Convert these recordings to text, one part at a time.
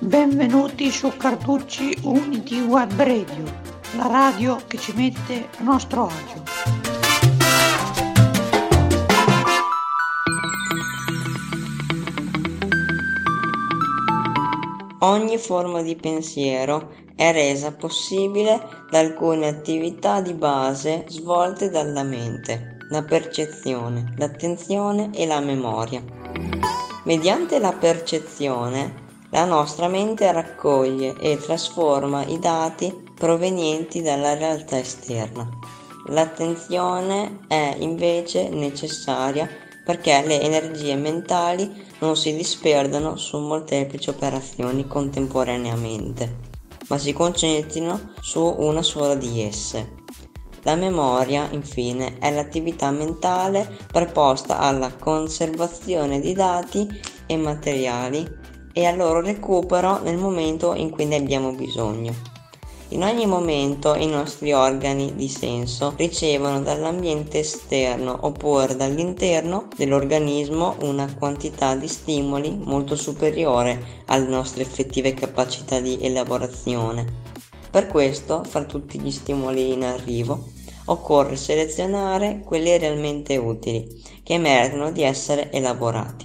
Benvenuti su Carducci Unity Web Radio, la radio che ci mette a nostro agio. Ogni forma di pensiero è resa possibile da alcune attività di base svolte dalla mente, la percezione, l'attenzione e la memoria. Mediante la percezione, la nostra mente raccoglie e trasforma i dati provenienti dalla realtà esterna. L'attenzione è invece necessaria perché le energie mentali non si disperdono su molteplici operazioni contemporaneamente, ma si concentrino su una sola di esse. La memoria, infine, è l'attività mentale preposta alla conservazione di dati e materiali e al loro recupero nel momento in cui ne abbiamo bisogno. In ogni momento i nostri organi di senso ricevono dall'ambiente esterno oppure dall'interno dell'organismo una quantità di stimoli molto superiore alle nostre effettive capacità di elaborazione. Per questo, fra tutti gli stimoli in arrivo, occorre selezionare quelli realmente utili, che emergono di essere elaborati.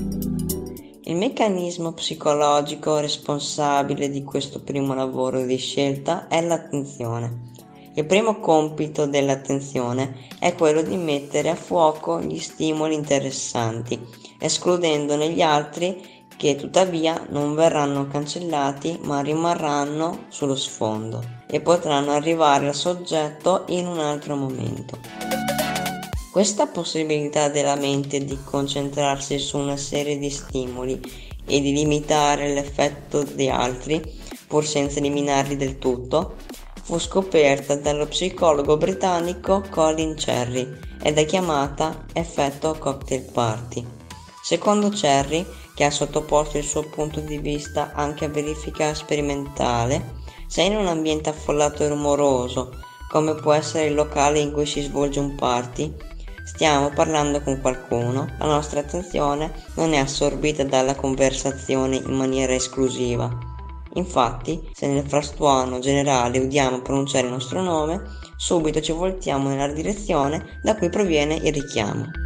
Il meccanismo psicologico responsabile di questo primo lavoro di scelta è l'attenzione. Il primo compito dell'attenzione è quello di mettere a fuoco gli stimoli interessanti, escludendone gli altri che tuttavia non verranno cancellati ma rimarranno sullo sfondo e potranno arrivare al soggetto in un altro momento. Questa possibilità della mente di concentrarsi su una serie di stimoli e di limitare l'effetto di altri, pur senza eliminarli del tutto, fu scoperta dallo psicologo britannico Colin Cherry ed è chiamata effetto cocktail party. Secondo Cherry, che ha sottoposto il suo punto di vista anche a verifica sperimentale, se in un ambiente affollato e rumoroso, come può essere il locale in cui si svolge un party, stiamo parlando con qualcuno, la nostra attenzione non è assorbita dalla conversazione in maniera esclusiva. Infatti, se nel frastuono generale udiamo pronunciare il nostro nome, subito ci voltiamo nella direzione da cui proviene il richiamo.